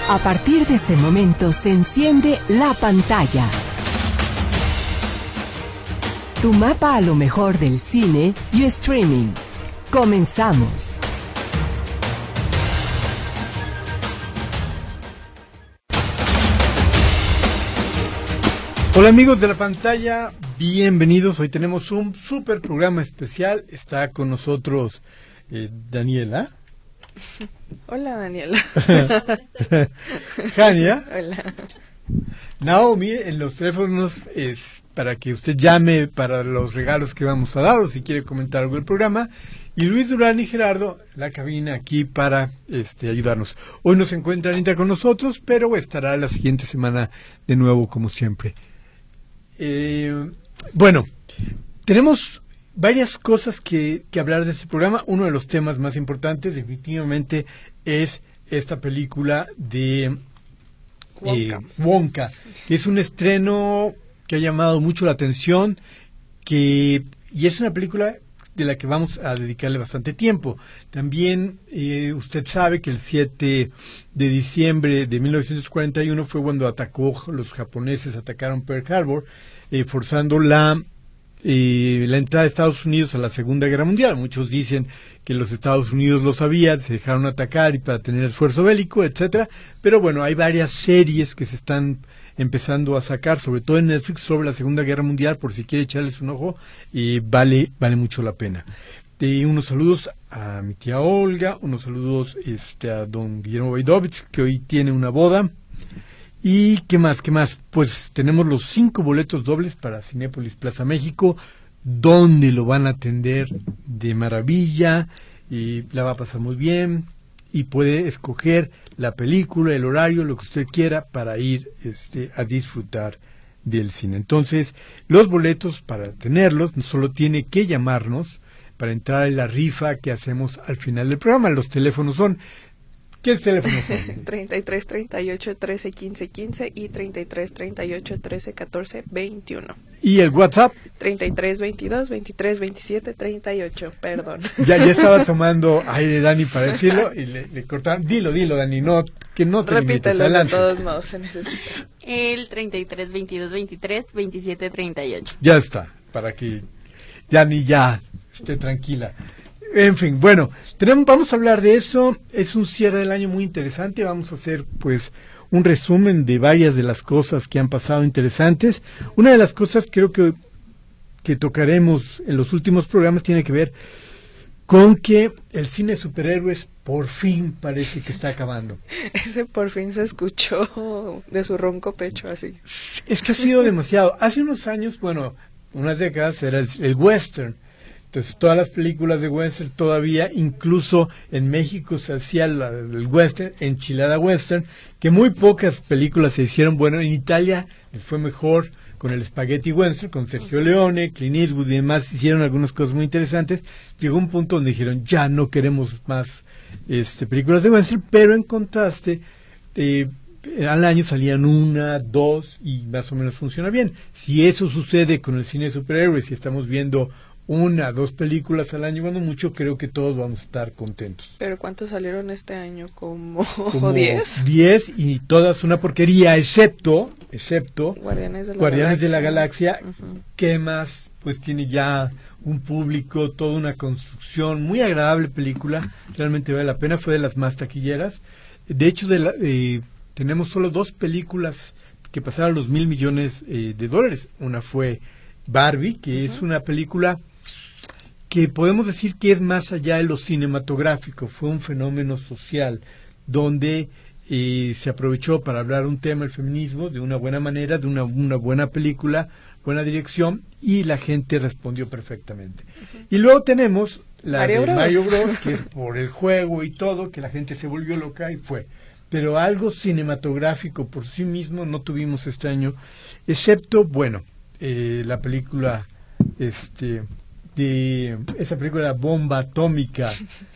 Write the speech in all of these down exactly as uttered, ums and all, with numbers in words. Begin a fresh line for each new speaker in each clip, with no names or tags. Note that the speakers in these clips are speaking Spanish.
A partir de este momento se enciende la pantalla. Tu mapa a lo mejor del cine y streaming. Comenzamos.
Hola amigos de la pantalla, bienvenidos. Hoy tenemos un super programa especial. Está con nosotros eh, Daniela.
Hola Daniela.
Jania.
Hola.
Naomi, en los teléfonos es para que usted llame para los regalos que vamos a dar o si quiere comentar algo del programa. Y Luis Durán y Gerardo, la cabina aquí para este ayudarnos. Hoy no se encuentra Anita con nosotros, pero estará la siguiente semana de nuevo como siempre. Eh, bueno, tenemos varias cosas que, que hablar de este programa. Uno de los temas más importantes definitivamente es esta película de
Wonka.
Eh, Wonka, que es un estreno que ha llamado mucho la atención, que y es una película de la que vamos a dedicarle bastante tiempo. También eh, usted sabe que el siete de diciembre de mil novecientos cuarenta y uno fue cuando atacó, los japoneses atacaron Pearl Harbor, eh, forzando la eh, la entrada de Estados Unidos a la Segunda Guerra Mundial. Muchos dicen que los Estados Unidos lo sabían, se dejaron atacar y para tener esfuerzo bélico, etcétera. Pero bueno, hay varias series que se están empezando a sacar, sobre todo en Netflix, sobre la Segunda Guerra Mundial, por si quiere echarles un ojo, y vale vale mucho la pena. Y unos saludos a mi tía Olga, unos saludos este a don Guillermo Baidovich, que hoy tiene una boda. ¿Y qué más? ¿Qué más? Pues tenemos los cinco boletos dobles para Cinépolis Plaza México, donde lo van a atender de maravilla, y la va a pasar muy bien, y puede escoger la película, el horario, lo que usted quiera para ir este, a disfrutar del cine. Entonces, los boletos, para tenerlos, solo tiene que llamarnos para entrar en la rifa que hacemos al final del programa. Los teléfonos son... ¿Qué teléfonos son?
treinta y tres, treinta y ocho, trece, quince, quince y treinta y tres, treinta y ocho, trece, catorce, veintiuno.
¿Y el WhatsApp?
treinta y tres, veintidós, veintitrés, veintisiete, treinta y ocho, perdón.
Ya, ya estaba tomando aire Dani para decirlo y le, le cortaban. Dilo, dilo Dani, no, que no te limites.
Repítelo, de
Adelante.
todos modos se necesita.
El treinta y tres, veintidós, veintitrés, veintisiete, treinta y ocho.
Ya está, para que Dani ya esté tranquila. En fin, bueno, tenemos, vamos a hablar de eso. Es un cierre del año muy interesante. Vamos a hacer, pues, un resumen de varias de las cosas que han pasado interesantes. Una de las cosas creo que, que tocaremos en los últimos programas tiene que ver con que el cine de superhéroes por fin parece que está acabando.
Ese por fin se escuchó de su ronco pecho así.
Es que ha sido demasiado. Hace unos años, bueno, unas décadas era el, el western. Entonces, todas las películas de western todavía, incluso en México se hacía la, el western, enchilada western, que muy pocas películas se hicieron. Bueno, en Italia les fue mejor con el spaghetti western, con Sergio Leone, Clint Eastwood y demás, hicieron algunas cosas muy interesantes. Llegó un punto donde dijeron, ya no queremos más este, películas de western, pero en contraste, eh, al año salían una, dos, y más o menos funciona bien. Si eso sucede con el cine de superhéroes, si estamos viendo una, dos películas al año, cuando mucho, creo que todos vamos a estar contentos.
¿Pero cuántos salieron este año? ¿Como
Como
diez?
diez, y todas una porquería, excepto, excepto
Guardianes de la
Guardianes
Galaxia.
de la Galaxia,
Uh-huh.
que más, pues tiene ya un público, toda una construcción, muy agradable película, realmente vale la pena, fue de las más taquilleras. De hecho, de la, eh, tenemos solo dos películas que pasaron los mil millones eh, de dólares. Una fue Barbie, que uh-huh. es una película que podemos decir que es más allá de lo cinematográfico, fue un fenómeno social, donde eh, se aprovechó para hablar un tema, el feminismo, de una buena manera, de una, una buena película, buena dirección, y la gente respondió perfectamente. Uh-huh. Y luego tenemos la
Mario
de
Bros.
Mario Bros, que es por el juego y todo, que la gente se volvió loca y fue. Pero algo cinematográfico por sí mismo no tuvimos este año, excepto, bueno, eh, la película, este... de esa película Bomba Atómica,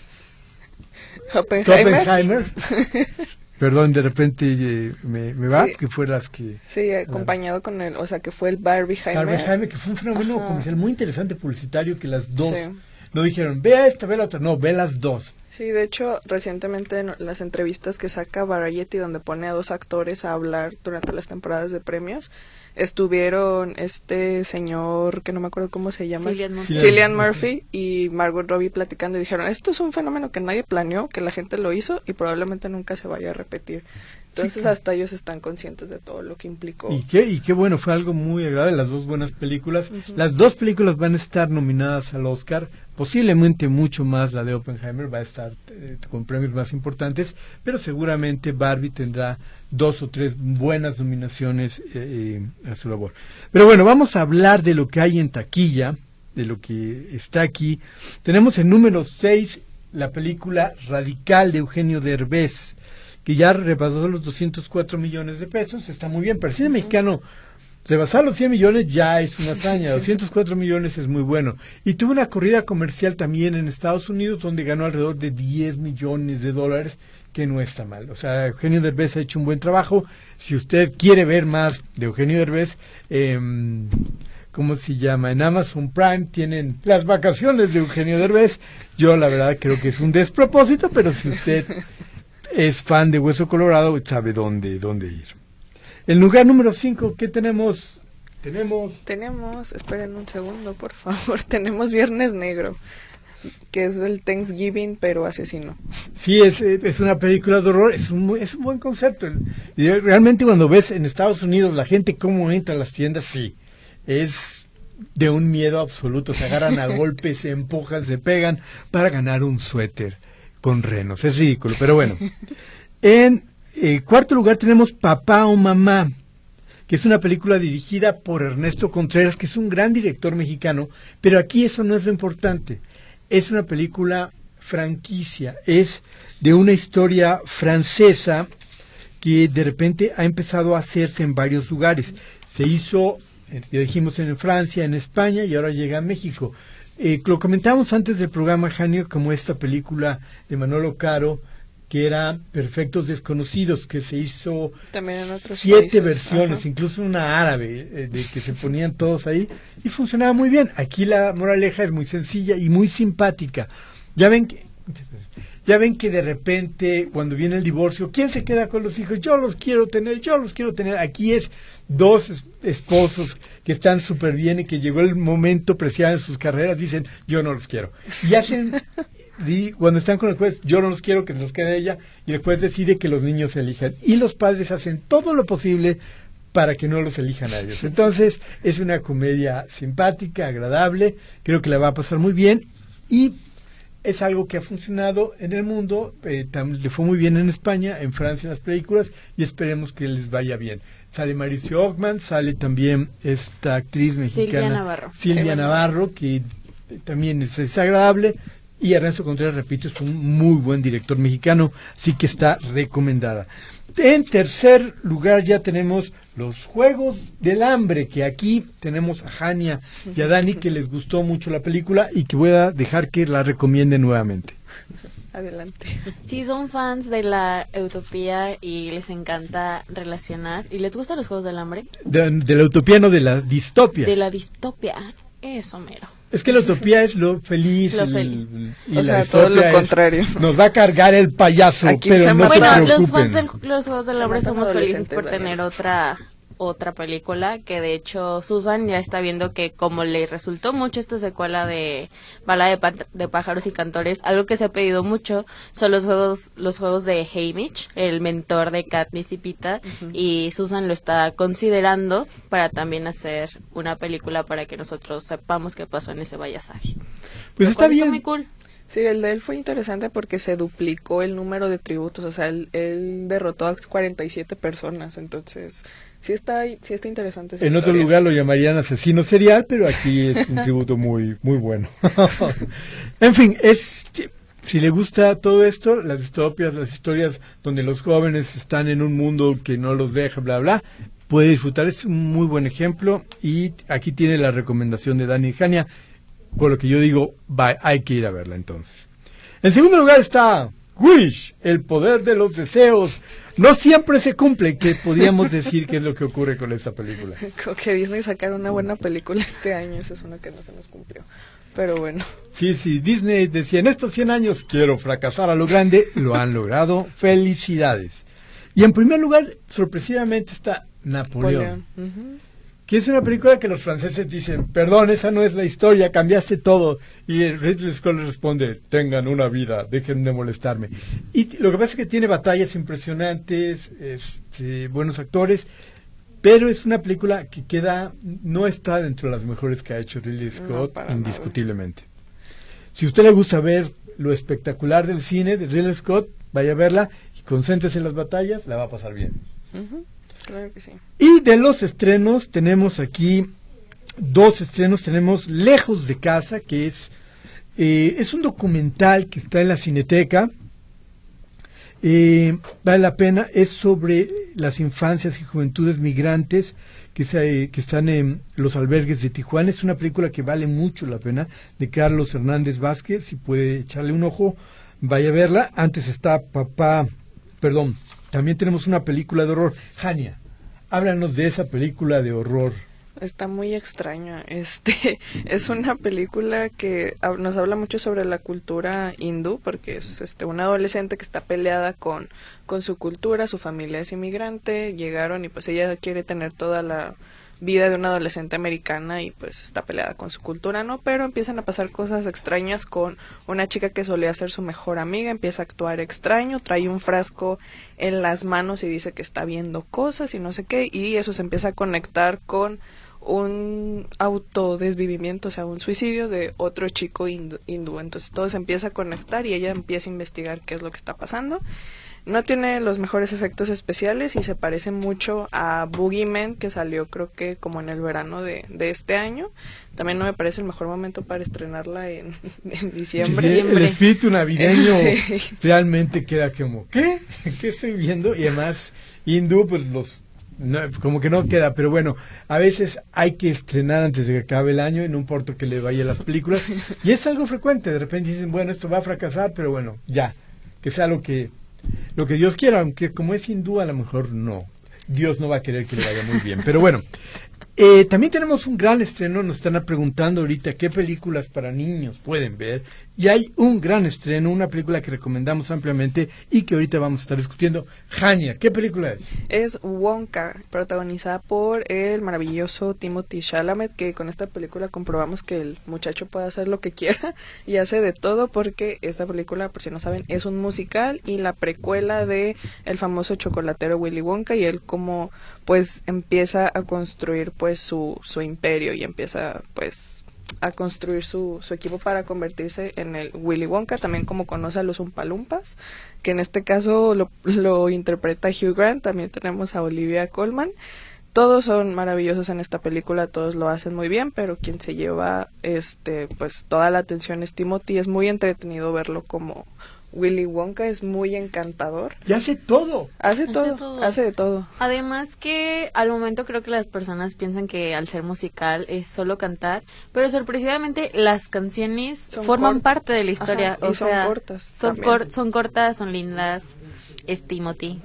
Oppenheimer.
Oppenheimer. Perdón, de repente eh, me, me va,
Sí.
que fue las que...
Sí, acompañado con el, o sea, que fue el Barbieheimer.
Barbieheimer, que fue un fenómeno
Ajá.
comercial muy interesante, publicitario, que las dos,
Sí.
no dijeron, ve a esta, ve a la otra, no, ve las dos.
Sí, de hecho, recientemente en las entrevistas que saca Variety, donde pone a dos actores a hablar durante las temporadas de premios, estuvieron este señor, que no me acuerdo cómo se llama,
Cillian Murphy,
Cillian Murphy y Margot Robbie platicando y dijeron, esto es un fenómeno que nadie planeó, que la gente lo hizo y probablemente nunca se vaya a repetir. Entonces
sí,
hasta ellos están conscientes de todo lo que implicó.
Y qué, y qué bueno, fue algo muy agradable, las dos buenas películas. Uh-huh. Las dos películas van a estar nominadas al Oscar, posiblemente mucho más la de Oppenheimer, va a estar eh, con premios más importantes, pero seguramente Barbie tendrá dos o tres buenas nominaciones eh, a su labor. Pero bueno, vamos a hablar de lo que hay en taquilla, de lo que está aquí. Tenemos en número seis la película Radical de Eugenio Derbez, que ya rebasó los doscientos cuatro millones de pesos, está muy bien, para el cine mexicano rebasar los cien millones ya es una hazaña, doscientos cuatro millones es muy bueno. Y tuvo una corrida comercial también en Estados Unidos, donde ganó alrededor de diez millones de dólares, que no está mal. O sea, Eugenio Derbez ha hecho un buen trabajo. Si usted quiere ver más de Eugenio Derbez, eh, ¿cómo se llama? En Amazon Prime tienen Las vacaciones de Eugenio Derbez. Yo la verdad creo que es un despropósito, pero si usted es fan de Hueso Colorado, sabe dónde, dónde ir. El lugar número cinco, ¿qué tenemos? Tenemos...
Tenemos, esperen un segundo, por favor, tenemos Viernes Negro, que es el Thanksgiving, pero asesino.
Sí, es, es una película de horror, es un, es un buen concepto. Y realmente cuando ves en Estados Unidos la gente cómo entra a las tiendas, sí, es de un miedo absoluto, se agarran a golpes, se empujan, se pegan para ganar un suéter con renos, es ridículo, pero bueno. En eh, cuarto lugar tenemos Papá o Mamá, que es una película dirigida por Ernesto Contreras, que es un gran director mexicano, pero aquí eso no es lo importante. Es una película franquicia, es de una historia francesa que de repente ha empezado a hacerse en varios lugares. Se hizo, ya dijimos, en Francia, en España y ahora llega a México. Eh, lo comentamos antes del programa, Janio, como esta película de Manolo Caro, que era Perfectos Desconocidos, que se hizo
también en otros
siete
países.
versiones, Ajá. incluso una árabe, eh, de que se ponían todos ahí, y funcionaba muy bien. Aquí la moraleja es muy sencilla y muy simpática. Ya ven que, ya ven que de repente, cuando viene el divorcio, ¿quién se queda con los hijos? Yo los quiero tener, yo los quiero tener. Aquí es dos es, esposos que están súper bien y que llegó el momento preciado en sus carreras, dicen, yo no los quiero. Y hacen... Y cuando están con el juez, yo no los quiero, que los quede ella, y el juez decide que los niños se elijan. Y los padres hacen todo lo posible para que no los elijan a ellos. Entonces, es una comedia simpática, agradable, creo que la va a pasar muy bien, y es algo que ha funcionado en el mundo, eh, tam, le fue muy bien en España, en Francia en las películas, y esperemos que les vaya bien. Sale Mauricio Ockman, sale también esta actriz mexicana,
Silvia Navarro,
Silvia Navarro, que también es, es agradable. Y Ernesto Contreras, repito, es un muy buen director mexicano, así que está recomendada. En tercer lugar ya tenemos Los Juegos del Hambre, que aquí tenemos a Jania y a Dani, que les gustó mucho la película y que voy a dejar que la recomienden nuevamente.
Adelante.
Si son fans de la utopía y les encanta relacionar, y les gustan los Juegos del Hambre.
De, de la utopía, no de la distopia.
De la distopia, eso mero.
Es que la utopía es lo feliz,
lo
el,
feliz.
y
o
la
sea, todo lo contrario.
Nos va a cargar el payaso,
Aquí
pero
se
no
mata-
se
Bueno,
preocupen.
los fans de los Juegos del
Se
Hambre
matan
somos felices
adolescentes,
por
Daniel.
tener otra otra película, que de hecho Susan ya está viendo que como le resultó mucho esta secuela de Bala de, pa- de pájaros y cantores, algo que se ha pedido mucho son los juegos los juegos de Haymitch, el mentor de Katniss y Pita, uh-huh. y Susan lo está considerando para también hacer una película para que nosotros sepamos qué pasó en ese Bayasari.
Pues está bien.
Muy cool.
Sí, el de él fue interesante porque se duplicó el número de tributos, o sea, él, él derrotó a cuarenta y siete personas, entonces sí está, sí está interesante esa
En
historia.
otro lugar lo llamarían asesino serial, pero aquí es un tributo muy muy bueno. En fin, es si le gusta todo esto, las distopias, las historias donde los jóvenes están en un mundo que no los deja, bla, bla, puede disfrutar. Es un muy buen ejemplo y aquí tiene la recomendación de Dani y Jania. Con lo que yo digo, va, hay que ir a verla entonces. En segundo lugar está Wish, el poder de los deseos. No siempre se cumple, que podríamos decir que es lo que ocurre con esta película.
Como que Disney sacara una buena película este año, esa es una que no se nos cumplió. Pero bueno.
Sí, sí, Disney decía, en estos cien años quiero fracasar a lo grande, lo han logrado, felicidades. Y en primer lugar, sorpresivamente está Napoleón, uh-huh. que es una película que los franceses dicen, perdón, esa no es la historia, cambiaste todo. Y Ridley Scott le responde, tengan una vida, dejen de molestarme. Y lo que pasa es que tiene batallas impresionantes, este, buenos actores, pero es una película que queda, no está dentro de las mejores que ha hecho Ridley Scott, no, indiscutiblemente. Nada. Si a usted le gusta ver lo espectacular del cine de Ridley Scott, vaya a verla y concéntrese en las batallas, la va a pasar bien.
Uh-huh. Claro que sí.
Y de los estrenos, tenemos aquí dos estrenos. Tenemos Lejos de Casa, que es, eh, es un documental que está en la Cineteca. Eh, vale la pena, es sobre las infancias y juventudes migrantes que, se, que están en los albergues de Tijuana. Es una película que vale mucho la pena, de Carlos Hernández Vázquez. Si puede echarle un ojo, vaya a verla. Antes está Papá, perdón, también tenemos una película de horror. Jania, háblanos de esa película de horror.
Está muy extraña. Este es una película que nos habla mucho sobre la cultura hindú, porque es este una adolescente que está peleada con con su cultura, su familia es inmigrante, llegaron y pues ella quiere tener toda la vida de una adolescente americana y pues está peleada con su cultura, ¿no? Pero empiezan a pasar cosas extrañas con una chica que solía ser su mejor amiga, empieza a actuar extraño, trae un frasco en las manos y dice que está viendo cosas y no sé qué, y eso se empieza a conectar con un autodesvivimiento, o sea, un suicidio de otro chico hindú, hindú. Entonces todo se empieza a conectar y ella empieza a investigar qué es lo que está pasando. No tiene los mejores efectos especiales y se parece mucho a Boogeyman, que salió creo que como en el verano de, de este año. También no me parece el mejor momento para estrenarla en, en diciembre.
Sí, el espíritu navideño sí. Realmente queda como, ¿qué? ¿Qué estoy viendo? Y además, hindú, pues los... No, como que no queda, pero bueno, a veces hay que estrenar antes de que acabe el año y no importa que le vaya a las películas. Y es algo frecuente, de repente dicen, bueno, esto va a fracasar, pero bueno, ya, que sea lo que... Lo que Dios quiera, aunque como es hindú, a lo mejor no. Dios no va a querer que le vaya muy bien. Pero bueno, eh, también tenemos un gran estreno. Nos están preguntando ahorita qué películas para niños pueden ver. Y hay un gran estreno, una película que recomendamos ampliamente y que ahorita vamos a estar discutiendo. Jania, ¿qué película es?
Es Wonka, protagonizada por el maravilloso Timothée Chalamet, que con esta película comprobamos que el muchacho puede hacer lo que quiera y hace de todo, porque esta película, por si no saben, es un musical y la precuela de el famoso chocolatero Willy Wonka, y él como pues empieza a construir pues su, su imperio y empieza pues a construir su, su equipo para convertirse en el Willy Wonka. También como conoce a los Oompa Loompas, que en este caso lo, lo interpreta Hugh Grant. También tenemos a Olivia Colman. Todos son maravillosos en esta película, todos lo hacen muy bien, pero quien se lleva este pues toda la atención es Timothy. Es muy entretenido verlo como Willy Wonka, es muy encantador.
Y hace todo.
Hace,
hace
todo,
todo,
hace de todo.
Además que al momento creo que las personas piensan que al ser musical es solo cantar, pero sorpresivamente las canciones son forman parte de la historia.
Ajá,
o
y son
sea,
cortas.
Son, cor son cortas, son lindas. Es Timothy.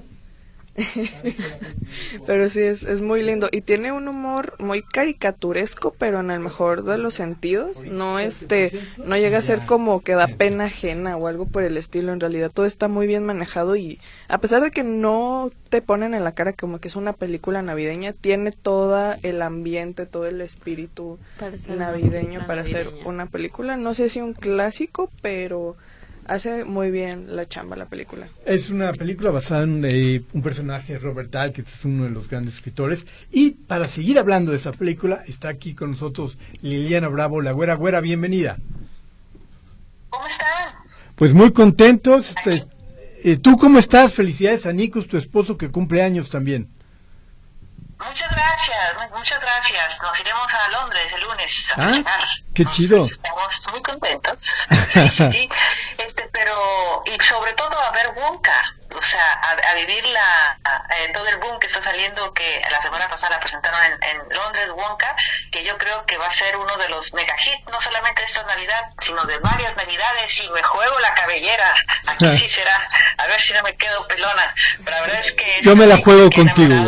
Pero sí, es, es muy lindo y tiene un humor muy caricaturesco, pero en el mejor de los sentidos. No este no llega a ser como que da pena ajena o algo por el estilo. En realidad todo está muy bien manejado y a pesar de que no te ponen en la cara como que es una película navideña, tiene todo el ambiente, todo el espíritu para navideño para navideña. Ser una película, no sé si un clásico, pero hace muy bien la chamba la película.
Es una película basada en eh, un personaje, Robert Dahl, que es uno de los grandes escritores. Y para seguir hablando de esa película, está aquí con nosotros Liliana Bravo, la güera. Güera, bienvenida.
¿Cómo están?
Pues muy contentos. Eh, ¿Tú cómo estás? Felicidades a Nikos, tu esposo, que cumple años también.
Muchas gracias, muchas gracias. Nos iremos a Londres el lunes a
ah,
cenar.
Qué chido.
Estamos muy contentos. Sí, sí, sí. Este, pero y sobre todo a ver Wonka, o sea, a, a vivir la eh, todo el boom que está saliendo, que la semana pasada la presentaron en, en Londres, Wonka, que yo creo que va a ser uno de los mega hits, no solamente esta Navidad, sino de varias Navidades. Y me juego la cabellera, aquí sí será, a ver si no me quedo pelona. Pero la verdad es que
yo me la juego contigo.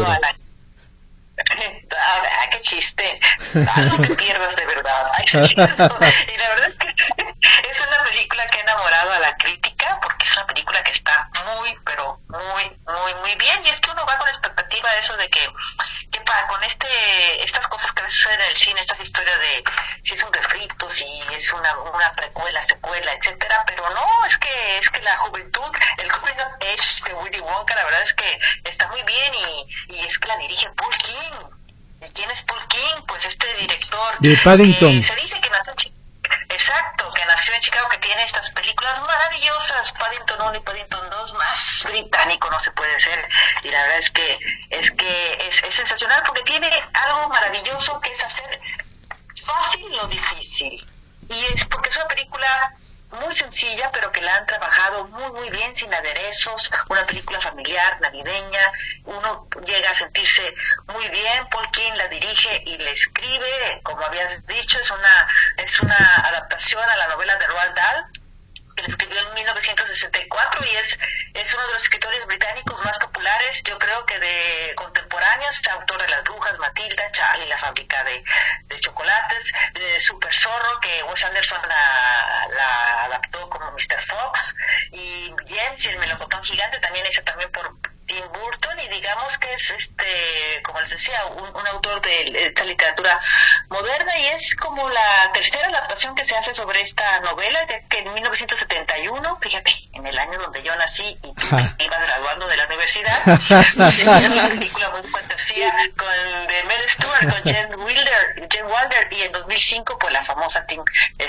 Ah, qué chiste. Ah, no te pierdas de verdad. Ay, y la verdad Es una película que ha enamorado a la crítica porque es una película que está muy, pero muy, muy, muy bien. Y es que uno va con expectativa de eso de que, que para, con este estas cosas que suceden en el cine, estas historias de si es un refrito, si es una, una precuela, secuela, etcétera. Pero no, es que es que la juventud, el coming of age de Willy Wonka, la verdad es que está muy bien y, y es que la dirige Paul King. ¿Y quién es Paul King? Pues este director
de Paddington.
Que se dice que nació en Chicago. Exacto, que nació en Chicago, que tiene estas películas maravillosas, Paddington uno y Paddington dos, más británico no se puede ser, y la verdad es que es que es, es sensacional porque tiene algo maravilloso que es hacer fácil lo difícil, y es porque es una película muy sencilla, pero que la han trabajado muy muy bien, sin aderezos, una película familiar, navideña, uno llega a sentirse muy bien. Paul King la dirige y le escribe, como habías dicho, es una es una adaptación a la novela de Roald Dahl, que le escribió en mil novecientos sesenta y cuatro y es es uno de los escritores británicos más populares, yo creo que de contemporáneos, autor de Las Brujas, Matilda, Charlie, la fábrica de, de chocolates, de Super Zorro, que Wes Anderson la, la adaptó como mister Fox, y James y el melocotón gigante, también hecha también por Tim Burton, y digamos que es, este como les decía, un, un autor de esta literatura moderna, y es como la tercera adaptación que se hace sobre esta novela, ya que en mil novecientos setenta y uno, fíjate, en el año donde yo nací y tú te ibas graduando de la universidad, se hizo una película muy fantasía con de Mel Stewart, con Jen Wilder, Jen Wilder, y en dos mil cinco pues la famosa Tim,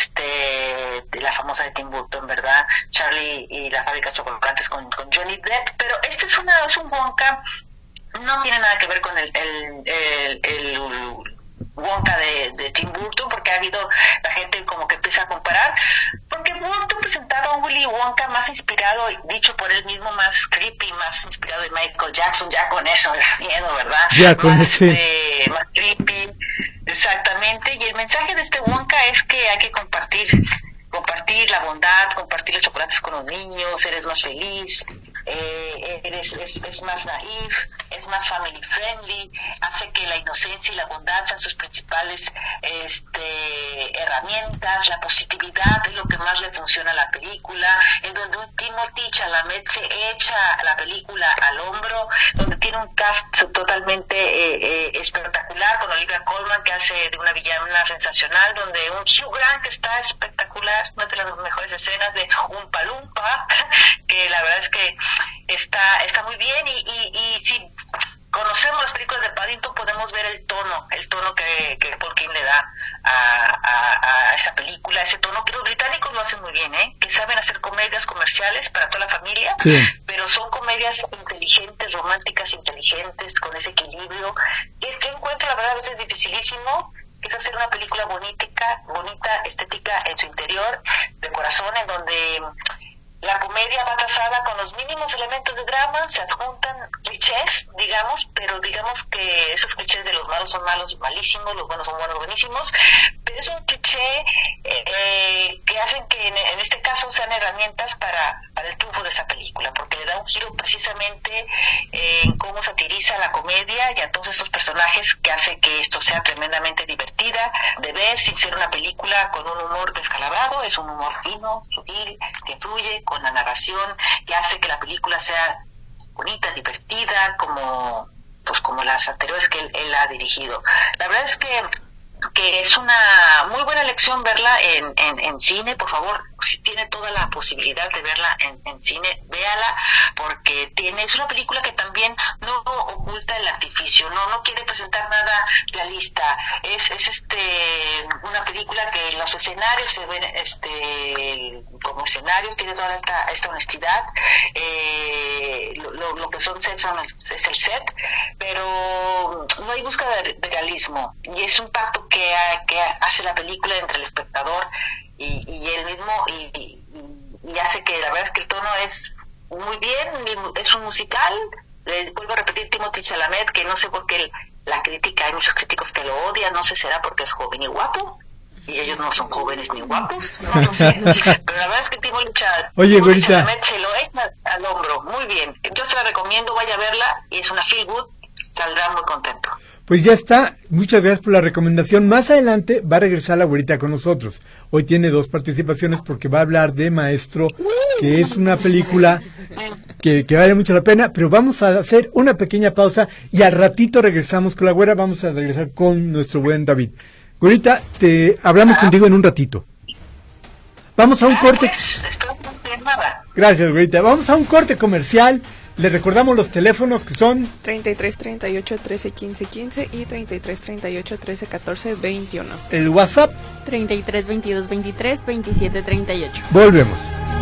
este, la famosa de Tim Burton, ¿verdad? Charlie y la fábrica de chocolates con, con Johnny Depp, pero este es una es un Wonka, no tiene nada que ver con el el, el, el Wonka de, de Tim Burton, porque ha habido la gente como que empieza a comparar, porque Burton presentaba un Willy Wonka más inspirado, dicho por él mismo, más creepy, más inspirado en Michael Jackson, ya con eso da miedo, ¿verdad?
Ya con
más,
ese...
eh, más creepy, exactamente, y el mensaje de este Wonka es que hay que compartir compartir la bondad, compartir los chocolates con los niños, eres más feliz, eh, eres es, es más naif, es más family friendly, hace que la inocencia y la bondad sean sus principales este, herramientas, la positividad es lo que más le funciona a la película, en donde un Timothée Chalamet se echa la película al hombro, donde tiene un cast totalmente eh, eh, espectacular, con Olivia Colman, que hace de una villana sensacional, donde un Hugh Grant que está espectacular, una de las mejores escenas de un Palumpa, que la verdad es que está está muy bien, y, y, y si conocemos las películas de Paddington podemos ver el tono, el tono que, que Paul King le da a, a, a esa película, ese tono que los británicos lo hacen muy bien, ¿eh? Que saben hacer comedias comerciales para toda la familia,
sí,
pero son comedias inteligentes, románticas, inteligentes, con ese equilibrio, que es que encuentro la verdad a veces dificilísimo, es hacer una película bonita, bonita, estética en su interior, de corazón, en donde la comedia va trazada con los mínimos elementos de drama, se adjuntan clichés, digamos, pero digamos que esos clichés de los malos son malos, malísimos, los buenos son buenos, buenísimos, pero es un cliché eh, que hacen que en, en este caso sean herramientas para, para el triunfo de esta película, porque le da un giro precisamente eh, en cómo satiriza la comedia y a todos estos personajes, que hace que esto sea tremendamente divertida de ver, sin ser una película con un humor descalabrado, es un humor fino, sutil, que fluye con la narración, que hace que la película sea bonita, divertida, como pues como las anteriores que él, él ha dirigido. La verdad es que que es una muy buena elección verla en, en, en cine. Por favor, si tiene toda la posibilidad de verla en, en cine, véala, porque tiene es una película que también no oculta el artificio, no no quiere presentar nada realista, es es este una película que los escenarios se ven este como escenarios, tiene toda esta, esta honestidad, eh, lo, lo, lo que son sets son, es el set, pero no hay búsqueda de, de realismo, y es un pacto que, que hace la película entre el espectador y, y él mismo, y, y, y hace que la verdad es que el tono es muy bien, es un musical. Les vuelvo a repetir, Timothée Chalamet, que no sé por qué la crítica, hay muchos críticos que lo odian, no sé, será porque es joven y guapo, y ellos no son jóvenes ni guapos, no lo sé, pero la verdad es que Timothée Chalamet se lo echa al hombro, muy bien, yo se la recomiendo, vaya a verla, y es una feel good, saldrá muy contento.
Pues ya está, muchas gracias por la recomendación. Más adelante va a regresar la güerita con nosotros. hoy tiene dos participaciones porque va a hablar de Maestro, que es una película que, que vale mucho la pena, pero vamos a hacer una pequeña pausa y al ratito regresamos con la güera, vamos a regresar con nuestro buen David. Güerita, te hablamos contigo en un ratito. Vamos a un corte. Gracias, güerita. Vamos a un corte comercial. Le recordamos los teléfonos que son
treinta y tres, treinta y ocho, trece, quince, quince y treinta y tres, treinta y ocho, trece, catorce, veintiuno.
El WhatsApp
treinta y tres, veintidós, veintitrés, veintisiete, treinta y ocho.
Volvemos.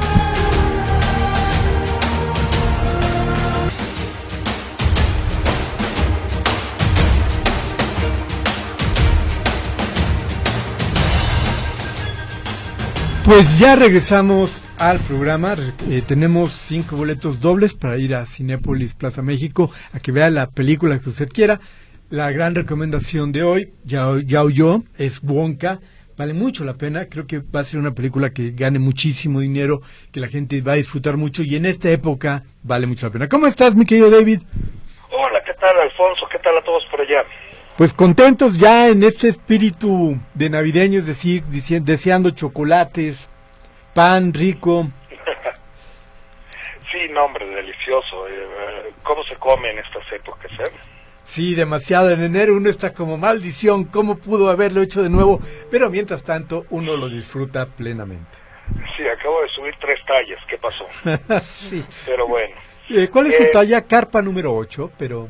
Pues ya regresamos al programa. Eh, tenemos cinco boletos dobles para ir a Cinépolis Plaza México a que vea la película que usted quiera. La gran recomendación de hoy, ya, ya oyó, es Wonka. Vale mucho la pena. Creo que va a ser una película que gane muchísimo dinero, que la gente va a disfrutar mucho y en esta época vale mucho la pena. ¿Cómo estás, mi querido David?
Hola, ¿qué tal, Alfonso? ¿Qué tal a todos por allá?
Pues contentos ya en este espíritu de navideño, es decir, deseando chocolates, pan rico.
Sí, no, hombre, delicioso. ¿Cómo se come en estas épocas, eh?
Sí, demasiado. En enero uno está como maldición, ¿cómo pudo haberlo hecho de nuevo? Pero mientras tanto uno lo disfruta plenamente.
Sí, acabo de subir tres tallas, ¿qué pasó?
Sí.
Pero bueno.
Eh, ¿Cuál es
eh...
su talla? Carpa número ocho, pero...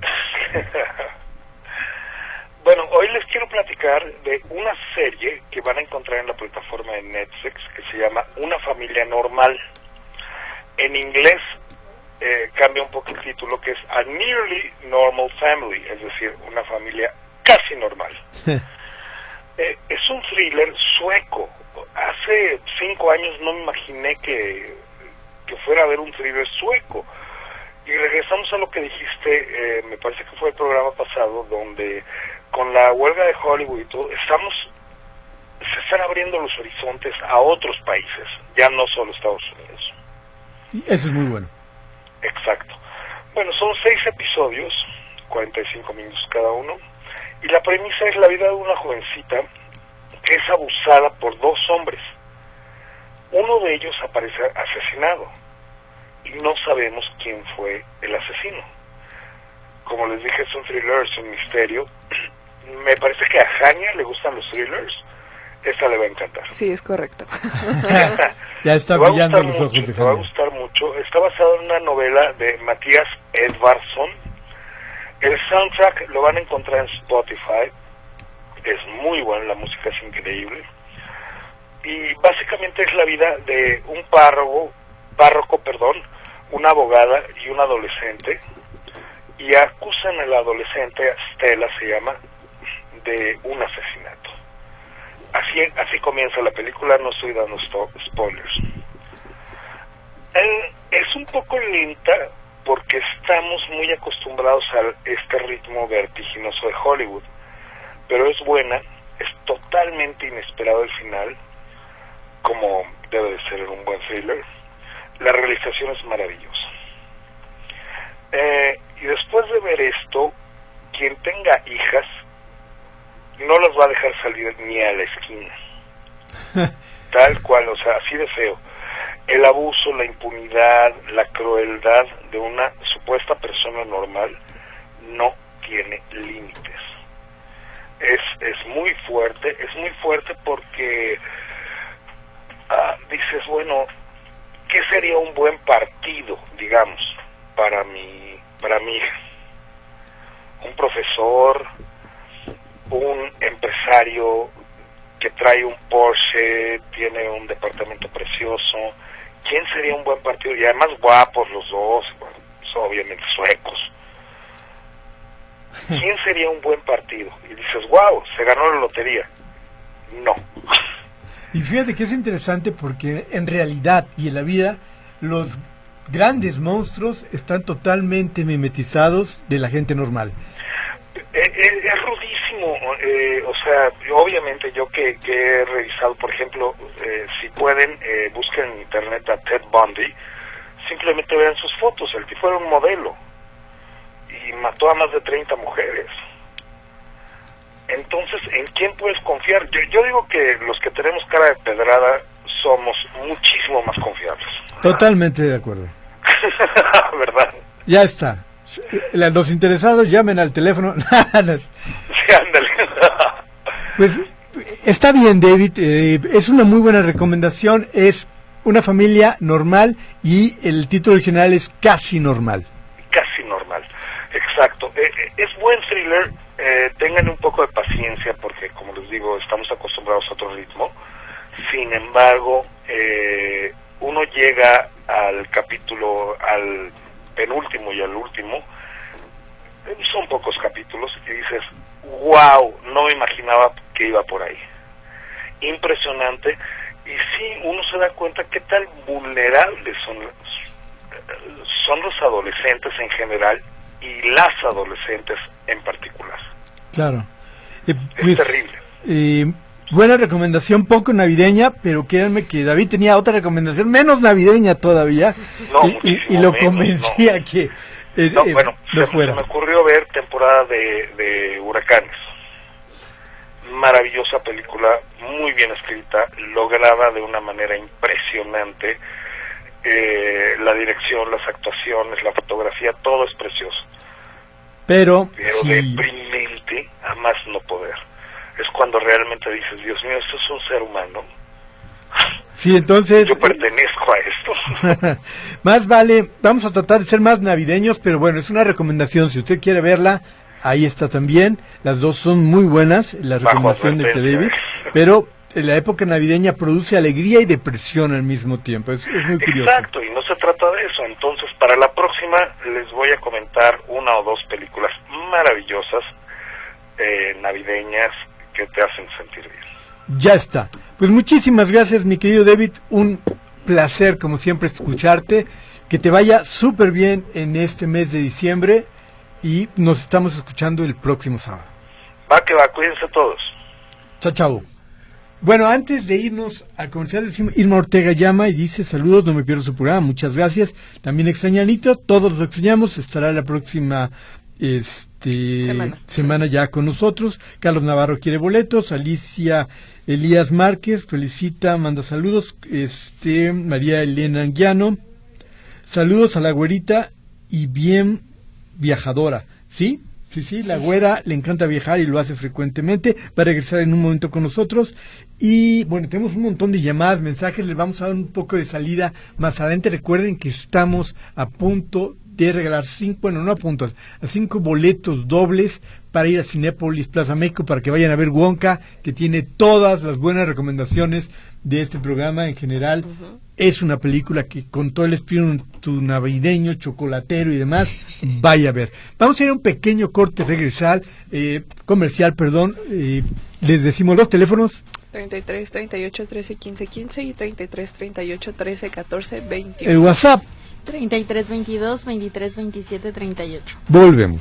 Bueno, hoy les quiero platicar de una serie que van a encontrar en la plataforma de Netflix que se llama Una familia normal. En inglés eh, cambia un poco el título, que es A Nearly Normal Family, es decir, una familia casi normal. eh, es un thriller sueco. Hace cinco años no me imaginé que, que fuera a haber un thriller sueco. Y regresamos a lo que dijiste, eh, me parece que fue el programa pasado, donde con la huelga de Hollywood y todo, estamos, se están abriendo los horizontes a otros países, ya no solo Estados Unidos.
Eso es muy bueno.
Exacto. Bueno, son seis episodios, cuarenta y cinco minutos cada uno, y la premisa es la vida de una jovencita que es abusada por dos hombres. Uno de ellos aparece asesinado, y no sabemos quién fue el asesino. Como les dije, es un thriller, es un misterio. Me parece que a Jania le gustan los thrillers. Esta le va a encantar.
Sí, es correcto.
Ya está brillando los ojos
mucho,
de
Te va a
Jania.
gustar mucho. Está basado en una novela de Matías Edvardsson. El soundtrack lo van a encontrar en Spotify. Es muy bueno, la música es increíble. Y básicamente es la vida de un párroco, párroco, perdón, una abogada y un adolescente, y acusan a la adolescente, Stella se llama, de un asesinato. Así así comienza la película, no estoy dando spoilers. Eh, es un poco lenta porque estamos muy acostumbrados a este ritmo vertiginoso de Hollywood, pero es buena, es totalmente inesperado el final, como debe de ser en un buen thriller. La realización es maravillosa. Eh, y después de ver esto, quien tenga hijas no las va a dejar salir ni a la esquina. Tal cual, o sea, así de feo. El abuso, la impunidad, la crueldad de una supuesta persona normal no tiene límites. Es, es muy fuerte, es muy fuerte porque ah, dices, bueno, ¿qué sería un buen partido, digamos, para mi, para mi hija? Un profesor, un empresario que trae un Porsche, tiene un departamento precioso. ¿Quién sería un buen partido? Y además guapos los dos, bueno, son obviamente suecos. ¿Quién sería un buen partido? Y dices, wow, se ganó la lotería. No.
Y fíjate que es interesante porque en realidad y en la vida los grandes monstruos están totalmente mimetizados de la gente normal.
Es, es rudísimo, eh, o sea, obviamente yo que, que he revisado, por ejemplo, eh, si pueden, eh, busquen en internet a Ted Bundy, simplemente vean sus fotos, el tipo era un modelo y mató a más de treinta mujeres. Entonces, ¿en quién puedes confiar? Yo, yo digo que los que tenemos cara de pedrada somos muchísimo más confiables.
Totalmente de acuerdo.
¿Verdad?
Ya está. Los interesados llamen al teléfono.
Sí, ándale.
Pues está bien, David. Eh, es una muy buena recomendación. Es una familia normal y el título original es Casi Normal.
Casi normal. Exacto. Eh, eh, es buen thriller. Eh, tengan un poco de paciencia porque, como les digo, estamos acostumbrados a otro ritmo. Sin embargo, eh, uno llega al capítulo, al penúltimo y al último, eh, son pocos capítulos, y dices, wow, no me imaginaba que iba por ahí. Impresionante. Y sí, uno se da cuenta qué tan vulnerables son, son los adolescentes en general y las adolescentes en particular.
Claro. Eh,
es
pues,
terrible.
Eh, buena recomendación, poco navideña, pero créanme que David tenía otra recomendación menos navideña todavía.
No,
y, y, y lo
menos,
convencía
no.
que eh,
no,
eh,
bueno,
no
se,
fuera.
se me ocurrió ver temporada de, de huracanes. Maravillosa película, muy bien escrita, lograda de una manera impresionante. Eh, la dirección, las actuaciones, la fotografía, todo es precioso.
Pero,
Pero
sí.
deprimente a más no poder. Es cuando realmente dices, Dios mío, esto es un ser humano.
Sí, entonces...
Yo pertenezco a esto.
Más vale, vamos a tratar de ser más navideños, pero bueno, es una recomendación. Si usted quiere verla, ahí está también. Las dos son muy buenas, la recomendación de David. Pero la época navideña produce alegría y depresión al mismo tiempo. Es, es muy curioso.
Exacto, y no se trata de eso. Entonces, para la próxima les voy a comentar una o dos películas maravillosas, eh, navideñas, que te hacen sentir bien.
Ya está. Pues muchísimas gracias, mi querido David. Un placer, como siempre, escucharte. Que te vaya súper bien en este mes de diciembre. Y nos estamos escuchando el próximo sábado.
Va que va, cuídense todos.
Chao, chao. Bueno, antes de irnos al comercial, decimos, Irma Ortega llama y dice, saludos, no me pierdo su programa, muchas gracias. También extraña a Nito, todos los extrañamos, estará la próxima este
semana.
semana ya con nosotros. Carlos Navarro quiere boletos, Alicia Elías Márquez felicita, manda saludos, este María Elena Anguiano, saludos a la güerita y bien viajadora, ¿sí? Sí, sí, la güera le encanta viajar y lo hace frecuentemente. Va a regresar en un momento con nosotros. Y bueno, tenemos un montón de llamadas, mensajes. Les vamos a dar un poco de salida más adelante. Recuerden que estamos a punto de regalar cinco, bueno, no a puntos, a cinco boletos dobles para ir a Cinépolis Plaza México para que vayan a ver Wonka, que tiene todas las buenas recomendaciones de este programa en general. Uh-huh. Es una película que con todo el espíritu navideño, chocolatero y demás, vaya a ver. Vamos a ir a un pequeño corte regresar, eh, comercial, perdón. Eh, les decimos los teléfonos.
treinta y tres, treinta y ocho, trece, quince, quince y treinta y tres, treinta y ocho, trece, catorce, veintiuno.
El WhatsApp.
treinta y tres, veintidós, veintitrés, veintisiete, treinta y ocho.
Volvemos.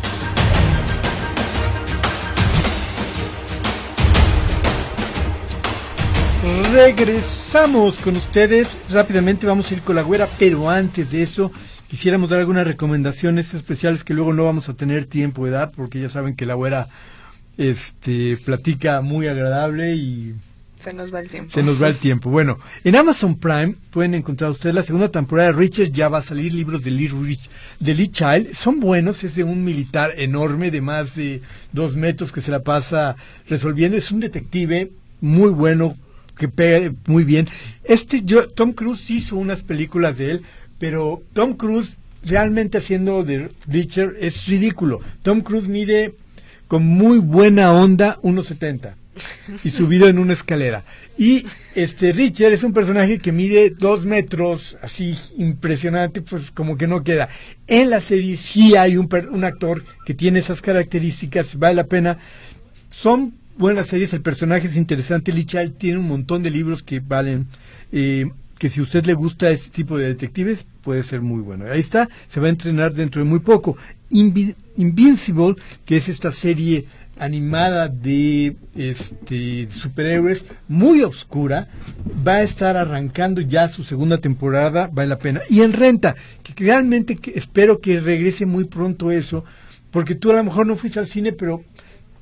Regresamos con ustedes. Rápidamente vamos a ir con la güera, pero antes de eso quisiéramos dar algunas recomendaciones especiales que luego no vamos a tener tiempo de dar, porque ya saben que la güera este, platica muy agradable y
se nos va el tiempo.
Se nos va el tiempo. Bueno, en Amazon Prime pueden encontrar ustedes la segunda temporada de Richard. Ya va a salir, libros de Lee, Rich, de Lee Child. Son buenos, es de un militar enorme de más de dos metros que se la pasa resolviendo. Es un detective muy bueno, que pega muy bien. Este yo, Tom Cruise hizo unas películas de él, pero Tom Cruise realmente haciendo de Richard es ridículo. Tom Cruise mide con muy buena onda uno setenta y subido en una escalera. Y este Richard es un personaje que mide dos metros, así impresionante, pues como que no queda. En la serie sí hay un, un actor que tiene esas características, vale la pena. Son buenas series, el personaje es interesante. Lee Child tiene un montón de libros que valen, eh, que si a usted le gusta este tipo de detectives, puede ser muy bueno. Ahí está, se va a entrenar dentro de muy poco. Invi- Invincible, que es esta serie animada de este superhéroes, muy oscura, va a estar arrancando ya su segunda temporada, vale la pena. Y en Renta, que realmente que espero que regrese muy pronto eso, porque tú a lo mejor no fuiste al cine, pero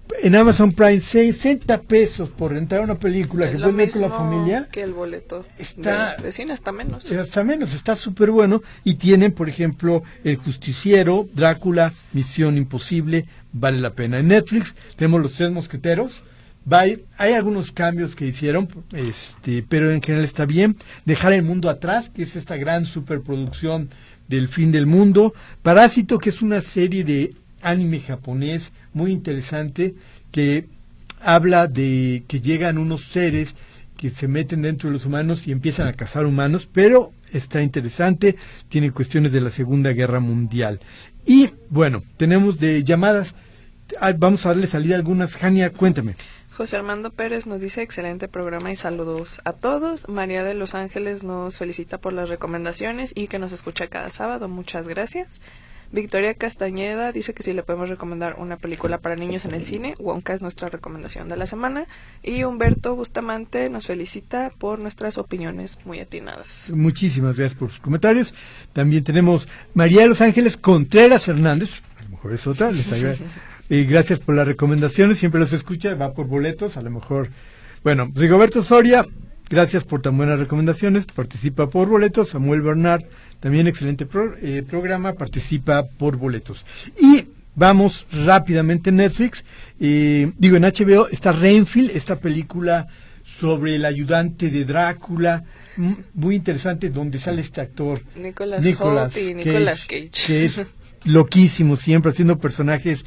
en Amazon Prime, sesenta pesos por rentar una película
es
que
lo
puedes ver con la
mismo
familia.
Que el boleto
está,
de, de cine, hasta menos.
Hasta menos, está súper bueno. Y tienen, por ejemplo, El Justiciero, Drácula, Misión Imposible, vale la pena. En Netflix tenemos Los Tres Mosqueteros. Hay, hay algunos cambios que hicieron, este, pero en general está bien. Dejar el mundo atrás, que es esta gran superproducción del fin del mundo. Parásito, que es una serie de anime japonés muy interesante, que habla de que llegan unos seres que se meten dentro de los humanos y empiezan a cazar humanos, pero está interesante, tiene cuestiones de la Segunda Guerra Mundial. Y bueno, tenemos de llamadas, vamos a darle salida a algunas. Jania, cuéntame.
José Armando Pérez nos dice excelente programa y saludos a todos. María de Los Ángeles nos felicita por las recomendaciones y que nos escucha cada sábado. Muchas gracias. Victoria Castañeda dice que si le podemos recomendar una película para niños en el cine, Wonka es nuestra recomendación de la semana. Y Humberto Bustamante nos felicita por nuestras opiniones muy atinadas.
Muchísimas gracias por sus comentarios. También tenemos María de Los Ángeles Contreras Hernández, a lo mejor es otra, les agradezco. Y gracias por las recomendaciones, siempre los escucha, va por boletos, a lo mejor. Bueno, Rigoberto Soria, gracias por tan buenas recomendaciones, participa por boletos. Samuel Bernard, también excelente pro, eh, programa, participa por boletos. Y vamos rápidamente en Netflix, eh, digo en H B O, está Renfield, esta película sobre el ayudante de Drácula, muy interesante, donde sale este actor
Nicolas, Nicolas Hoult y
Cage,
Nicolas Cage,
que es loquísimo, siempre haciendo personajes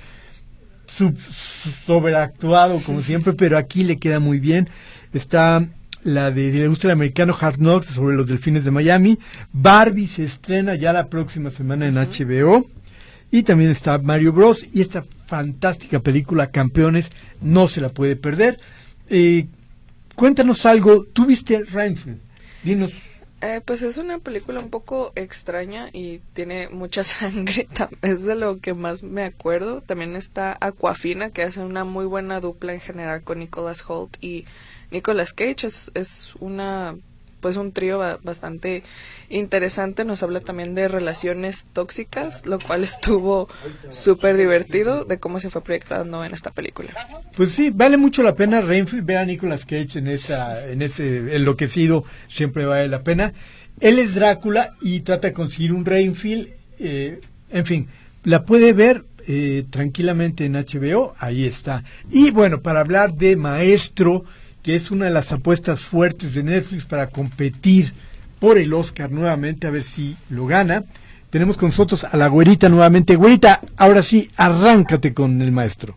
sub, sobreactuado como siempre, pero aquí le queda muy bien. Está la de, si le gusta el americano, Hard Knocks, sobre los delfines de Miami. Barbie se estrena ya la próxima semana en uh-huh. H B O. Y también está Mario Bros. Y esta fantástica película, Campeones, no se la puede perder. Eh, cuéntanos algo, ¿tú viste Renfield? Dinos.
Eh, pues es una película un poco extraña y tiene mucha sangre, es de lo que más me acuerdo. También está Aquafina, que hace una muy buena dupla en general con Nicolas Hoult y Nicolas Cage. Es, es una pues un trío ba- bastante interesante. Nos habla también de relaciones tóxicas, lo cual estuvo súper divertido de cómo se fue proyectando en esta película.
Pues sí, vale mucho la pena. Renfield, ver a Nicolas Cage en esa, en ese enloquecido, siempre vale la pena. Él es Drácula y trata de conseguir un Renfield, eh, en fin, la puede ver eh, tranquilamente en H B O, ahí está. Y bueno, para hablar de Maestro, que es una de las apuestas fuertes de Netflix para competir por el Oscar nuevamente, a ver si lo gana. Tenemos con nosotros a la güerita nuevamente. Güerita, ahora sí, arráncate con El Maestro.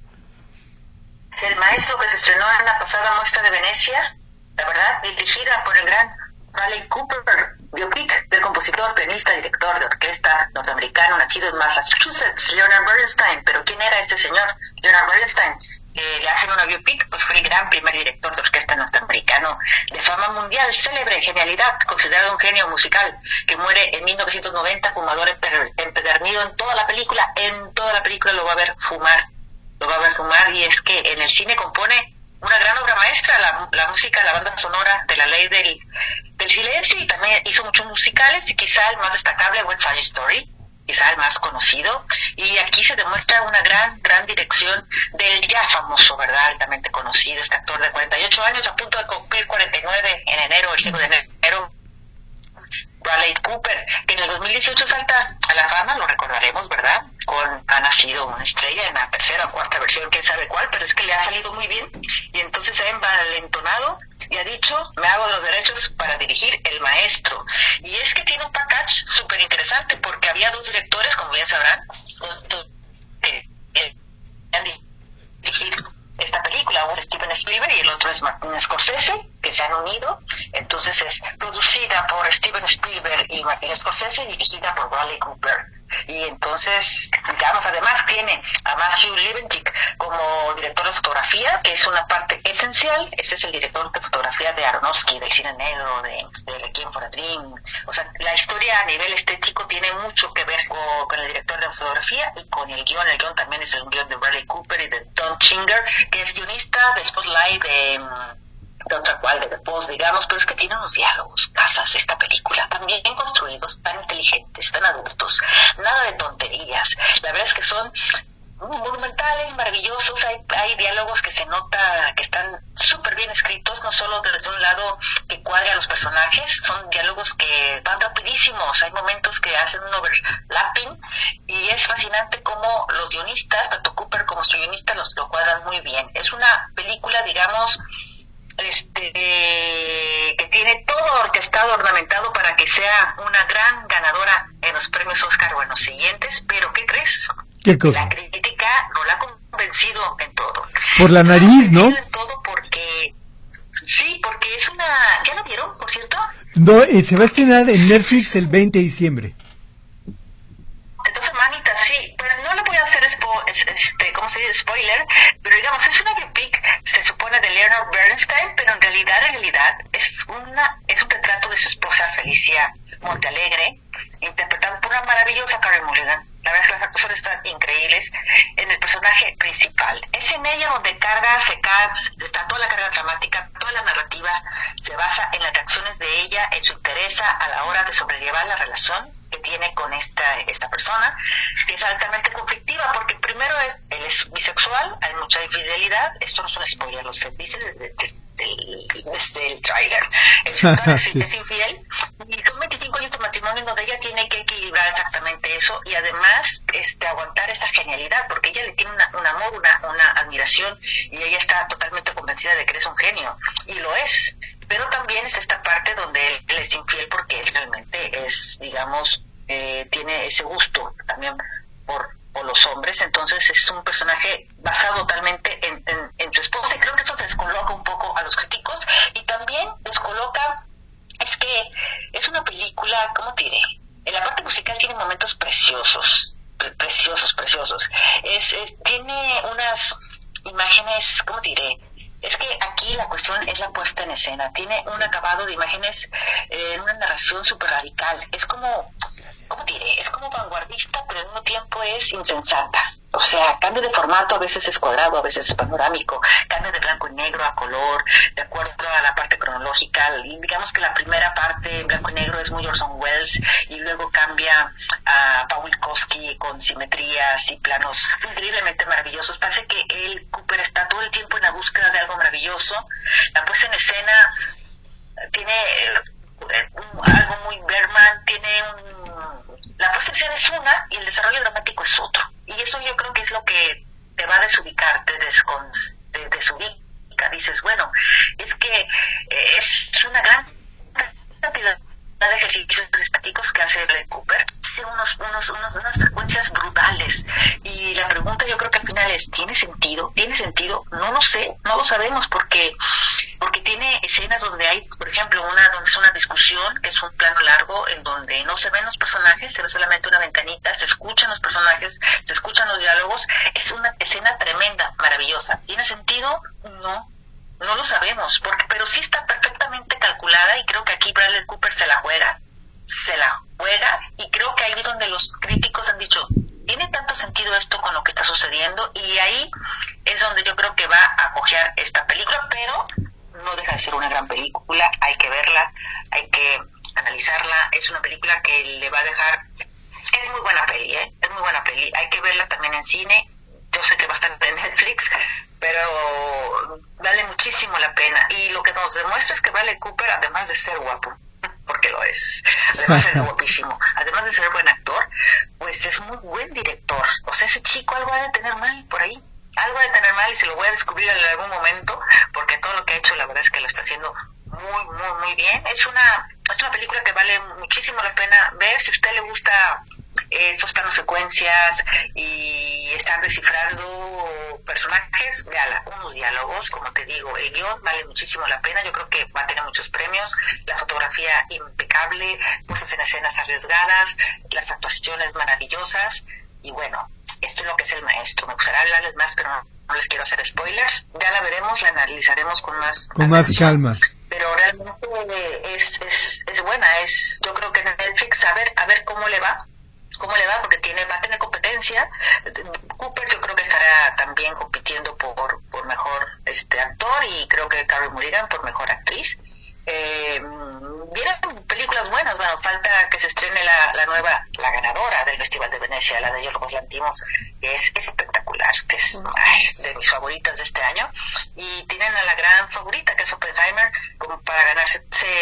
El Maestro, que se estrenó en la pasada muestra de Venecia, la verdad, dirigida por el gran Bradley Cooper, biopic del compositor, pianista, director de orquesta norteamericano, nacido en Massachusetts, Leonard Bernstein. Pero ¿quién era este señor, Leonard Bernstein? Eh, le hacen una biopic, pues fue el gran primer director de orquesta norteamericano de fama mundial, célebre, genialidad, considerado un genio musical, que muere en mil novecientos noventa, fumador empedernido en toda la película. En toda la película lo va a ver fumar, lo va a ver fumar, y es que en el cine compone una gran obra maestra, la, la música, la banda sonora de La Ley del, del Silencio, y también hizo muchos musicales, y quizá el más destacable, West Side Story, quizá el más conocido, y aquí se demuestra una gran, gran dirección del ya famoso, ¿verdad?, altamente conocido, este actor de cuarenta y ocho años, a punto de cumplir cuarenta y nueve en enero, el cinco de enero, Bradley Cooper, que en el dos mil dieciocho salta a la fama, lo recordaremos, ¿verdad?, con Ha nacido una estrella, en la tercera o cuarta versión, quién sabe cuál, pero es que le ha salido muy bien, y entonces se ha envalentonado y ha dicho, me hago de los derechos para dirigir El Maestro. Y es que tiene un package súper interesante, porque había dos directores, como bien sabrán, que han dirigido esta película, uno es Steven Spielberg y el otro es Martin Scorsese, que se han unido. Entonces es producida por Steven Spielberg y Martin Scorsese, y dirigida por Bradley Cooper. Y entonces, digamos, además tiene a Matthew Leventic como director de fotografía, que es una parte esencial. Ese es el director de fotografía de Aronofsky, del cine negro, de, de Requiem for a Dream. O sea, la historia a nivel estético tiene mucho que ver con, con el director de fotografía y con el guión. El guión también es el guión de Bradley Cooper y de Tom Chinger, que es guionista de Spotlight, de... de otra cual, de The Post, digamos, pero es que tiene unos diálogos, casas, esta película, tan bien construidos, tan inteligentes, tan adultos, nada de tonterías. La verdad es que son monumentales, maravillosos. Hay, hay diálogos que se nota que están súper bien escritos, no solo desde un lado que cuadra a los personajes, son diálogos que van rapidísimos, hay momentos que hacen un overlapping y es fascinante cómo los guionistas, tanto Cooper como su guionista, los, lo cuadran muy bien. Es una película, digamos, este que tiene todo orquestado, ornamentado para que sea una gran ganadora en los premios Oscar o en los siguientes, pero ¿qué crees?
¿Qué cosa?
La crítica no la ha convencido en todo.
Por la nariz, ¿no?
En todo porque sí, porque es una, ¿ya lo vieron, por cierto?
No, eh, se va a estrenar en Netflix el veinte de diciembre.
Entonces, manita, sí, pues no le voy a hacer spo este, ¿cómo se dice? Spoiler, pero digamos, es una biopic, se supone, de Leonard Bernstein, pero en realidad, en realidad, es una, es un retrato de su esposa Felicia Montealegre, interpretada por una maravillosa Carey Mulligan. La verdad es que las actuaciones están increíbles en el personaje principal. Es en ella donde carga, se carga, está toda la carga dramática, toda la narrativa se basa en las reacciones de ella, en su interés a la hora de sobrellevar la relación que tiene con esta esta persona, que es altamente conflictiva, porque primero es, él es bisexual, hay mucha infidelidad, esto no es un spoiler, lo se dice desde, desde, el, desde el trailer, el sector es, sí. es infiel, y son veinticinco años de matrimonio donde ella tiene que equilibrar exactamente eso, y además este aguantar esa genialidad, porque ella le tiene una, un amor, una, una admiración, y ella está totalmente convencida de que él es un genio, y lo es. Pero también es esta parte donde él, él es infiel porque él realmente es, digamos, eh, tiene ese gusto también por, por los hombres. Entonces es un personaje basado totalmente en, en, en su esposa, y creo que eso descoloca un poco a los críticos y también descoloca, es que es una película, ¿cómo te diré? En la parte musical tiene momentos preciosos, pre preciosos, preciosos. Es, es, tiene unas imágenes, ¿cómo te diré? Es que aquí la cuestión es la puesta en escena. Tiene un acabado de imágenes, eh, una narración súper radical. Es como, ¿cómo diré? Es como vanguardista, pero al mismo tiempo es insensata. O sea, cambio de formato, a veces es cuadrado, a veces es panorámico, cambio de blanco y negro a color, de acuerdo a la parte cronológica. Digamos que la primera parte en blanco y negro es muy Orson Welles, y luego cambia a Pawlikowski con simetrías y planos increíblemente maravillosos. Parece que él, Cooper, está todo el tiempo en la búsqueda de algo maravilloso. La puesta en escena tiene eh, algo muy Bergman, tiene un... La puesta en escena es una y el desarrollo dramático es otro. Y eso yo creo que es lo que te va a desubicar, te descon, te desubica. Dices, bueno, es que eh, es una gran cantidad de ejercicios estáticos que hace Blake Cooper. Hace unos, unos, unos, unas secuencias brutales. Y la pregunta yo creo que al final es, ¿tiene sentido? ¿Tiene sentido? No lo sé, no lo sabemos porque... porque tiene escenas donde hay, por ejemplo, una donde es una discusión, que es un plano largo, en donde no se ven los personajes, se ve solamente una ventanita, se escuchan los personajes, se escuchan los diálogos. Es una escena tremenda, maravillosa. ¿Tiene sentido? No, no lo sabemos, porque pero sí está perfectamente calculada, y creo que aquí Bradley Cooper se la juega, se la juega, y creo que ahí es donde los críticos han dicho, ¿tiene tanto sentido esto con lo que está sucediendo? Y ahí es donde yo creo que va a cojear esta película, pero no deja de ser una gran película, hay que verla, hay que analizarla. Es una película que le va a dejar, es muy buena peli, ¿eh? Es muy buena peli, hay que verla también en cine. Yo sé que va a estar en Netflix, pero vale muchísimo la pena, y lo que nos demuestra es que Bradley Cooper, además de ser guapo, porque lo es, además de ser guapísimo, además de ser buen actor, pues es muy buen director. O sea, ese chico algo ha de tener mal por ahí, algo de tener mal, y se lo voy a descubrir en algún momento, porque todo lo que ha hecho la verdad es que lo está haciendo muy, muy, muy bien. Es una, es una película que vale muchísimo la pena ver. Si a usted le gusta eh, estos planos secuencias y estar descifrando personajes, véala. Unos diálogos, como te digo, el guión vale muchísimo la pena. Yo creo que va a tener muchos premios. La fotografía impecable, puestas en escenas arriesgadas, las actuaciones maravillosas, y bueno, esto es lo que es El Maestro. Me gustaría hablarles más, pero no, no les quiero hacer spoilers. Ya la veremos, la analizaremos con más
con más calma.
Pero realmente es, es, es buena. Es, yo creo que en Netflix, a ver, a ver cómo le va, cómo le va, porque tiene, va a tener competencia. Cooper yo creo que estará también compitiendo por, por mejor este actor, y creo que Carey Mulligan por mejor actriz. Eh, vienen películas buenas. Bueno, falta que se estrene la, la nueva, la ganadora del Festival de Venecia, la de Yorgos Lanthimos, que es espectacular. espectacular, que es ay, de mis favoritas de este año, y tienen a la gran favorita, que es Oppenheimer, como para ganarse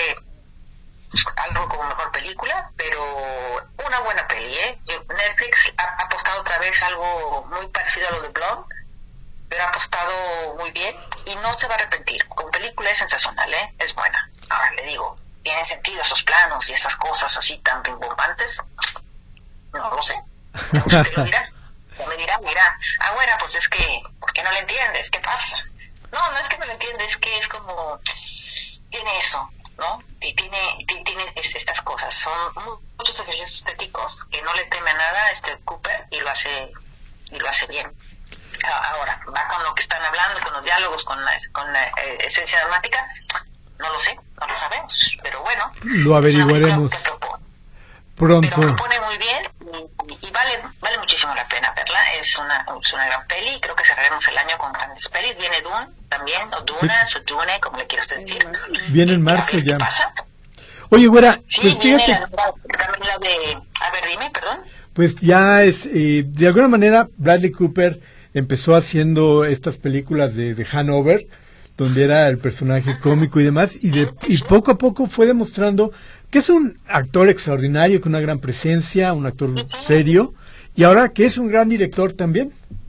algo como mejor película, pero una buena peli, ¿eh? Netflix ha apostado otra vez algo muy parecido a lo de Blonde, pero ha apostado muy bien y no se va a arrepentir. Con película es sensacional, ¿eh? Es buena. Ahora le digo, ¿tienen sentido esos planos y esas cosas así tan rimbombantes? No lo sé. Usted lo dirá. O me dirá, mira, ah, bueno, pues es que, ¿por qué no le entiendes? ¿Qué pasa? No, no es que no lo entiendes, es que es como, tiene eso, ¿no? Y tiene, tiene estas cosas. Son muchos ejercicios estéticos que no le teme a nada a este Cooper y lo hace, y lo hace bien. Ahora, va con lo que están hablando, con los diálogos, con la, con la eh, esencia dramática, no lo sé, no lo sabemos, pero bueno.
Lo averiguaremos pronto.
Pero propone muy bien y, y vale vale muchísimo la pena verla. Es una, es una gran peli. Creo que cerraremos el año con grandes pelis. Viene Dune también, o Duna, sí. O Dune, como le quiero usted decir.
Viene en marzo ya. ¿Qué pasa? Oye, güera,
sí,
pues fíjate.
La, también la de, a ver, dime, perdón.
Pues ya es, eh, de alguna manera, Bradley Cooper empezó haciendo estas películas de, de Hanover, donde era el personaje cómico y demás, y, de, y poco a poco fue demostrando que es un actor extraordinario, con una gran presencia, un actor serio, y ahora que es un gran director también.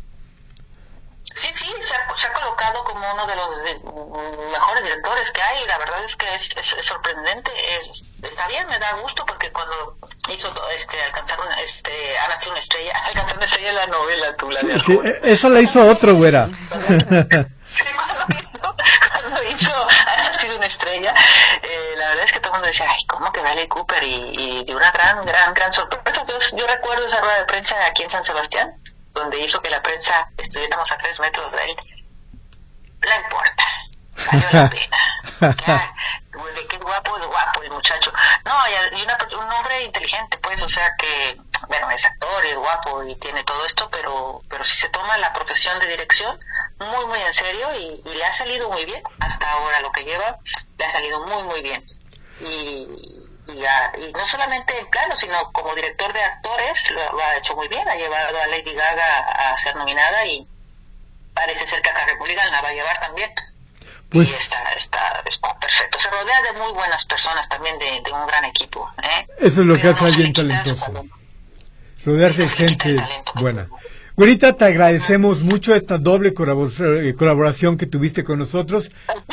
Sí, sí, se ha, se ha colocado como uno de los de, mejores directores que hay. La verdad es que es, es, es sorprendente. Es, está bien, me da gusto, porque cuando hizo este alcanzar una, este ha nacido una estrella, alcanzar una estrella en la novela, tú la
sí, sí, eso la hizo otro, güera.
Sí, cuando hizo, cuando hizo ha nacido una estrella, eh, la verdad es que todo el mundo decía, ay, ¿cómo que Bradley Cooper? Y, y de una gran, gran, gran sorpresa. Entonces, yo recuerdo esa rueda de prensa aquí en San Sebastián, donde hizo que la prensa estuviéramos a tres metros de él. No importa, valió la pena. Ya, de qué guapo es guapo el muchacho. No, y una, un hombre inteligente, pues, o sea que, bueno, es actor y es guapo y tiene todo esto, pero pero sí se toma la profesión de dirección muy, muy en serio y, y le ha salido muy bien. Hasta ahora lo que lleva le ha salido muy, muy bien. Y... Y, a, y no solamente en plano, sino como director de actores lo, lo ha hecho muy bien. Ha llevado a Lady Gaga a ser nominada y parece ser que a Carey Mulligan la va a llevar también. Pues... Y está, está, está perfecto. Se rodea de muy buenas personas también, de, de un gran equipo, ¿eh?
Eso es lo
Pero
que hace
no
alguien talentoso. Rodearse de gente buena. Güerita, te agradecemos mucho esta doble colaboración que tuviste con nosotros.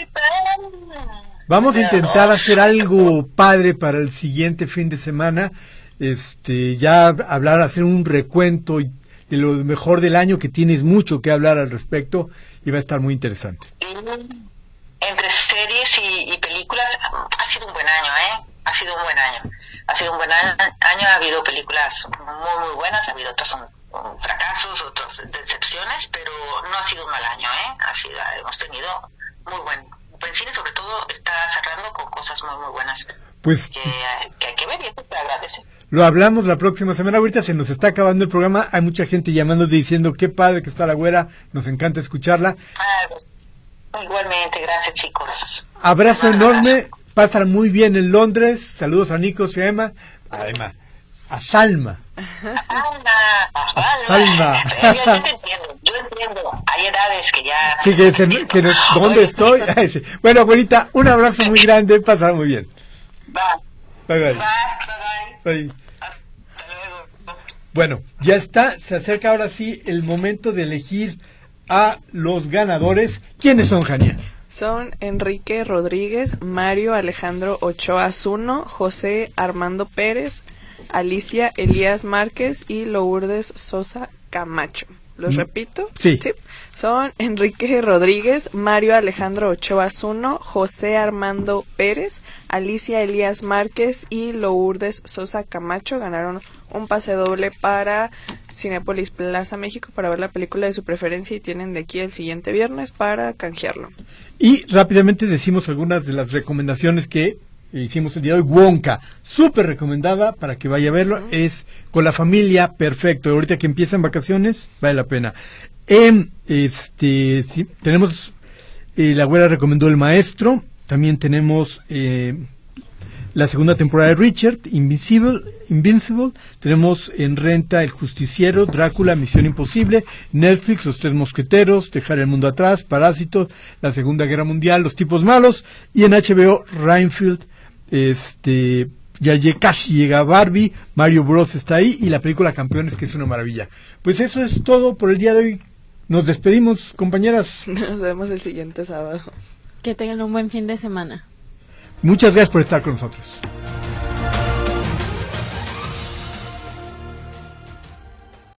Vamos a intentar hacer algo padre para el siguiente fin de semana, este, ya hablar, hacer un recuento de lo mejor del año, que tienes mucho que hablar al respecto y va a estar muy interesante.
Entre series y, y películas ha sido un buen año, ¿eh? Ha sido un buen año. Ha sido un buen año, año ha habido películas muy, muy buenas, ha habido otros um, fracasos, otras decepciones, pero no ha sido un mal año, ¿eh? Ha sido, hemos tenido muy buen buen cine, sobre todo está cerrando con cosas muy muy buenas,
pues
que, que hay que ver, y eso te agradece.
Lo hablamos la próxima semana. Ahorita se nos está acabando el programa, hay mucha gente llamando diciendo qué padre que está la güera, nos encanta escucharla.
Ah, pues, igualmente, gracias chicos.
Abrazo Un enorme, abrazo. Pasan muy bien en Londres, saludos a Nikos y a Emma, a Emma, a Salma.
Salma, a
Salma.
Yo, yo te entiendo, yo entiendo, hay edades que ya...
Sí, que, se, que nos, ¿dónde estoy? Sí. Bueno, abuelita, un abrazo muy grande, pasar muy bien.
Bye.
Bye, bye.
Bye, bye,
bye. Hasta luego. Bueno, ya está, se acerca ahora sí el momento de elegir a los ganadores. ¿Quiénes son, Jania?
Son Enrique Rodríguez, Mario Alejandro Ochoa Zuno, José Armando Pérez, Alicia Elías Márquez y Lourdes Sosa Camacho. ¿Los repito?
Sí.
sí. Son Enrique Rodríguez, Mario Alejandro Ochoa Zuno, José Armando Pérez, Alicia Elías Márquez y Lourdes Sosa Camacho. Ganaron un pase doble para Cinépolis Plaza México para ver la película de su preferencia y tienen de aquí el siguiente viernes para canjearlo.
Y rápidamente decimos algunas de las recomendaciones que hicimos el día de hoy. Wonka, súper recomendada para que vaya a verlo, uh-huh. Es con la familia, perfecto, ahorita que empiezan vacaciones, vale la pena. Eh, este, sí, tenemos, eh, la güera recomendó El Maestro, también tenemos eh, la segunda temporada de Richard, Invincible, Invincible, tenemos en renta El Justiciero, Drácula, Misión Imposible, Netflix, Los Tres Mosqueteros, Dejar el Mundo Atrás, Parásitos, La Segunda Guerra Mundial, Los Tipos Malos, y en H B O, Reinfeldt, este, ya lleg- casi llega Barbie, Mario Bros está ahí, y la película Campeones, que es una maravilla. Pues eso es todo por el día de hoy. Nos despedimos, compañeras.
Nos vemos el siguiente sábado.
Que tengan un buen fin de semana.
Muchas gracias por estar con nosotros.